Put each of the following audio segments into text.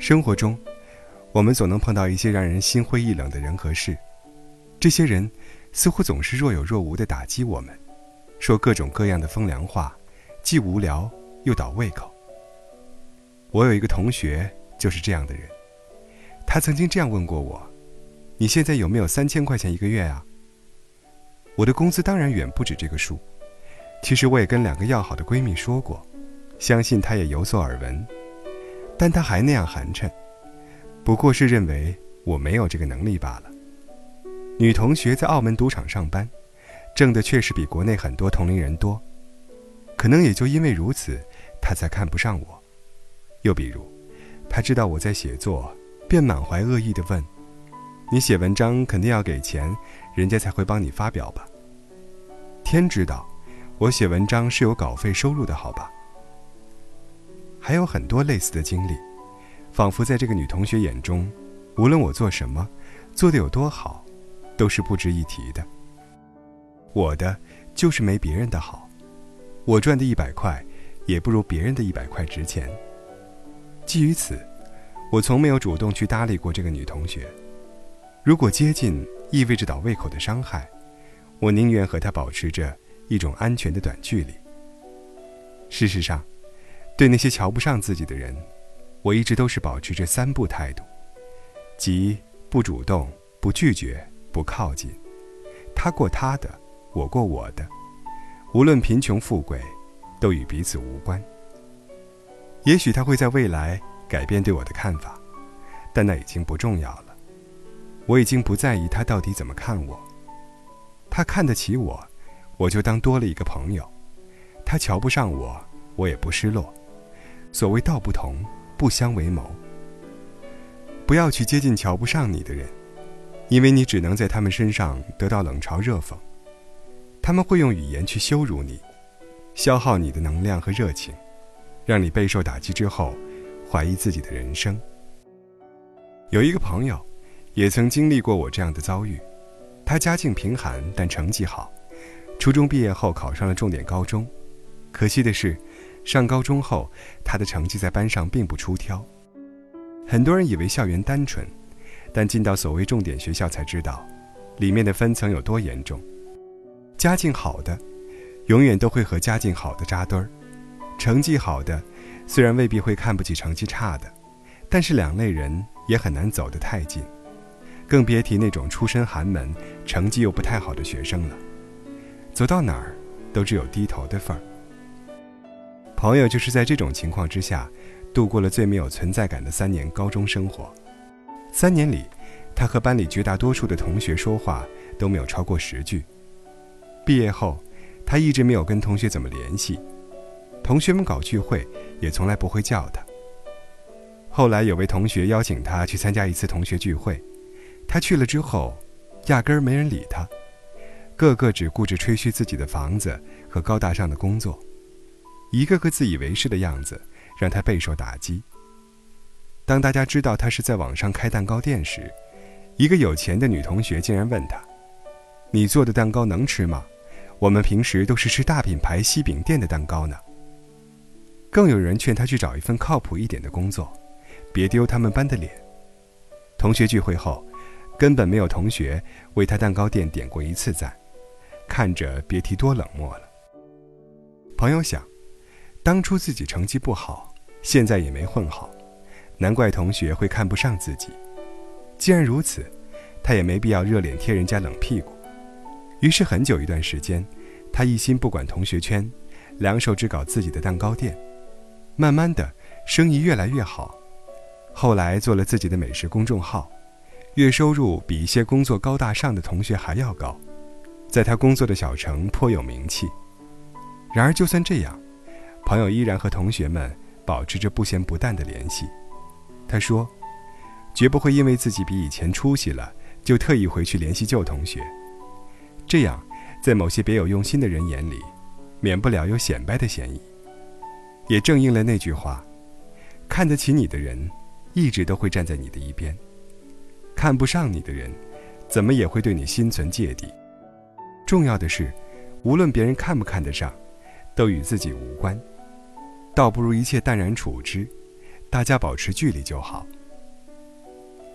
生活中，我们总能碰到一些让人心灰意冷的人和事，这些人似乎总是若有若无地打击我们，说各种各样的风凉话，既无聊又倒胃口。我有一个同学就是这样的人，他曾经这样问过我：你现在有没有3000块钱一个月啊？我的工资当然远不止这个数，其实我也跟2个要好的闺蜜说过，相信她也有所耳闻，但她还那样寒碜，不过是认为我没有这个能力罢了。女同学在澳门赌场上班，挣的确实比国内很多同龄人多，可能也就因为如此，她才看不上我。又比如，她知道我在写作，便满怀恶意地问：你写文章肯定要给钱，人家才会帮你发表吧？天知道，我写文章是有稿费收入的好吧？还有很多类似的经历，仿佛在这个女同学眼中，无论我做什么，做得有多好，都是不值一提的。我的就是没别人的好，我赚的100块，也不如别人的100块值钱。基于此，我从没有主动去搭理过这个女同学。如果接近意味着倒胃口的伤害，我宁愿和她保持着一种安全的短距离。事实上，对那些瞧不上自己的人，我一直都是保持着3不态度，即不主动、不拒绝、不靠近。他过他的，我过我的，无论贫穷富贵，都与彼此无关。也许他会在未来改变对我的看法，但那已经不重要了。我已经不在意他到底怎么看我。他看得起我，我就当多了一个朋友；他瞧不上我，我也不失落。所谓道不同，不相为谋。不要去接近瞧不上你的人，因为你只能在他们身上得到冷嘲热讽。他们会用语言去羞辱你，消耗你的能量和热情，让你备受打击之后怀疑自己的人生。有一个朋友也曾经历过我这样的遭遇，他家境贫寒但成绩好，初中毕业后考上了重点高中。可惜的是，上高中后他的成绩在班上并不出挑。很多人以为校园单纯，但进到所谓重点学校才知道，里面的分层有多严重。家境好的永远都会和家境好的扎堆儿，成绩好的虽然未必会看不起成绩差的，但是两类人也很难走得太近，更别提那种出身寒门成绩又不太好的学生了，走到哪儿都只有低头的份儿。朋友就是在这种情况之下度过了最没有存在感的3年高中生活。3年里，他和班里绝大多数的同学说话都没有超过10句。毕业后，他一直没有跟同学怎么联系，同学们搞聚会也从来不会叫他。后来有位同学邀请他去参加一次同学聚会，他去了之后，压根儿没人理他，个个只顾着吹嘘自己的房子和高大上的工作，一个个自以为是的样子让他备受打击。当大家知道他是在网上开蛋糕店时，一个有钱的女同学竟然问他：你做的蛋糕能吃吗？我们平时都是吃大品牌西饼店的蛋糕呢。更有人劝他去找一份靠谱一点的工作，别丢他们班的脸。同学聚会后，根本没有同学为他蛋糕店点过1次赞，看着别提多冷漠了。朋友想，当初自己成绩不好，现在也没混好，难怪同学会看不上自己。既然如此，他也没必要热脸贴人家冷屁股。于是很久一段时间，他一心不管同学圈，两手只搞自己的蛋糕店。慢慢的，生意越来越好。后来做了自己的美食公众号，月收入比一些工作高大上的同学还要高，在他工作的小城颇有名气。然而就算这样，朋友依然和同学们保持着不咸不淡的联系。他说，绝不会因为自己比以前出息了，就特意回去联系旧同学。这样，在某些别有用心的人眼里，免不了有显摆的嫌疑。也正应了那句话，看得起你的人，一直都会站在你的一边；看不上你的人，怎么也会对你心存芥蒂。重要的是，无论别人看不看得上，都与自己无关，倒不如一切淡然处之，大家保持距离就好。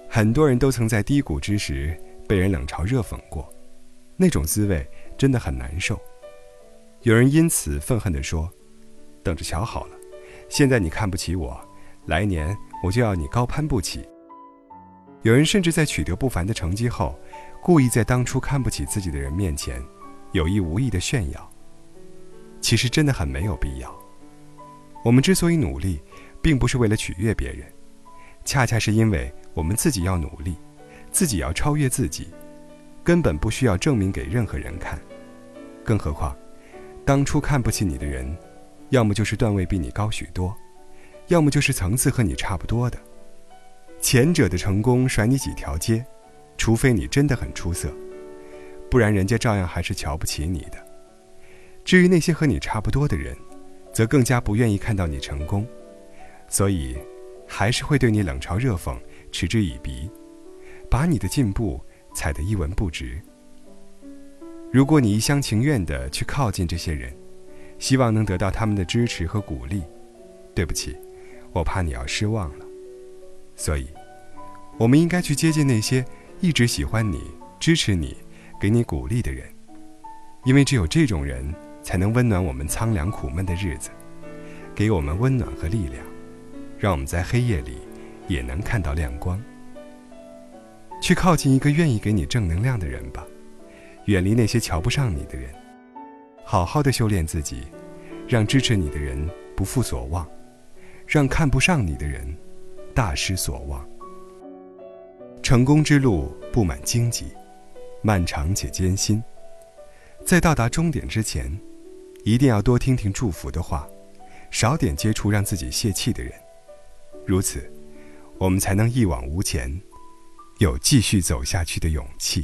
很多人都曾在低谷之时被人冷嘲热讽过，那种滋味真的很难受。有人因此愤恨地说，等着瞧好了，现在你看不起我，来年我就要你高攀不起。有人甚至在取得不凡的成绩后，故意在当初看不起自己的人面前有意无意地炫耀。其实真的很没有必要。我们之所以努力，并不是为了取悦别人，恰恰是因为我们自己要努力，自己要超越自己，根本不需要证明给任何人看。更何况当初看不起你的人，要么就是段位比你高许多，要么就是层次和你差不多的。前者的成功甩你几条街，除非你真的很出色，不然人家照样还是瞧不起你的。至于那些和你差不多的人，则更加不愿意看到你成功，所以还是会对你冷嘲热讽，嗤之以鼻，把你的进步踩得一文不值。如果你一厢情愿地去靠近这些人，希望能得到他们的支持和鼓励，对不起，我怕你要失望了。所以我们应该去接近那些一直喜欢你、支持你、给你鼓励的人，因为只有这种人才能温暖我们苍凉苦闷的日子，给我们温暖和力量，让我们在黑夜里也能看到亮光。去靠近一个愿意给你正能量的人吧，远离那些瞧不上你的人，好好的修炼自己，让支持你的人不负所望，让看不上你的人大失所望。成功之路布满荆棘，漫长且艰辛，在到达终点之前，一定要多听听祝福的话，少点接触让自己泄气的人，如此我们才能一往无前，有继续走下去的勇气。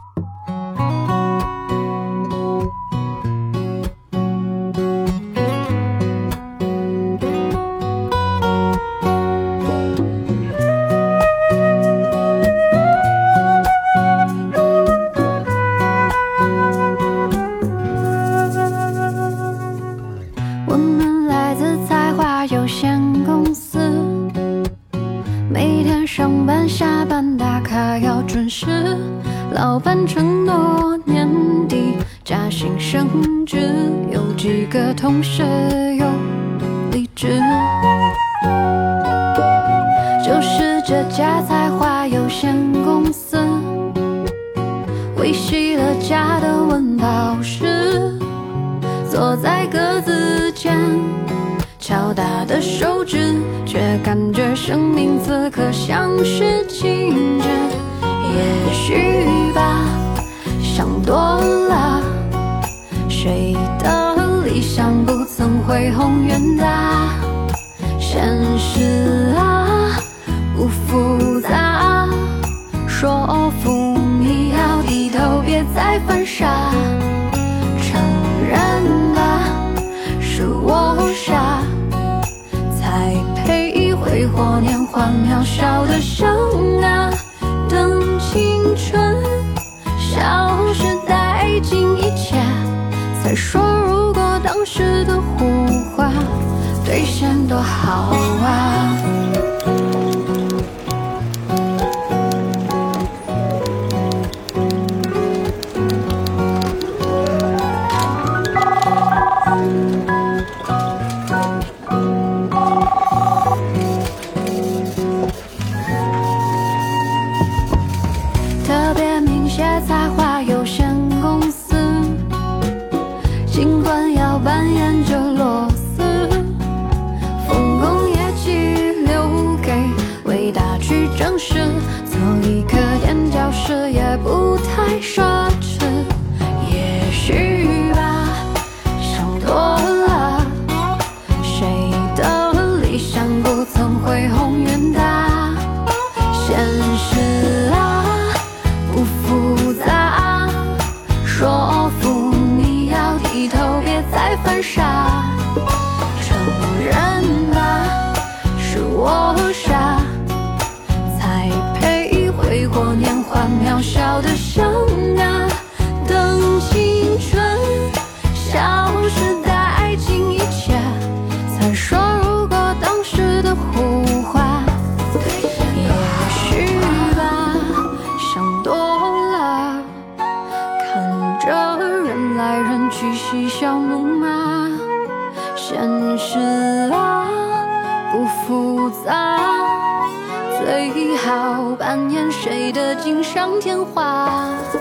我们来自才华有限公司，每天上班下班打卡要准时，老板承诺年底加薪升职，有几个同事又离职，就是这家才华有限公司维系了家的温饱时，坐在格子间敲打的手指，却感觉生命此刻像是静止。也许吧，想多了，谁的理想不曾恢宏远大？现实啊，不复杂，说服你要低头，别再犯傻。承认吧，是我傻，才配挥霍年华渺小的生啊。等青春消失殆尽一切，再说如果当时的呼唤兑现多好啊。特别明显才华有限公司，尽管要扮演着螺丝，丰功业绩留给伟大去证实，做一个垫脚石也不太奢侈。也许吧，想多了，谁的理想不曾恢宏远大？现实啊，不复杂，说服你要低头，别再犯傻。承认吧，是我傻，才配挥霍年华渺小的生啊。等青春消失殆尽一切，才说如果当时的呼唤也许吧， 飞得锦上添花。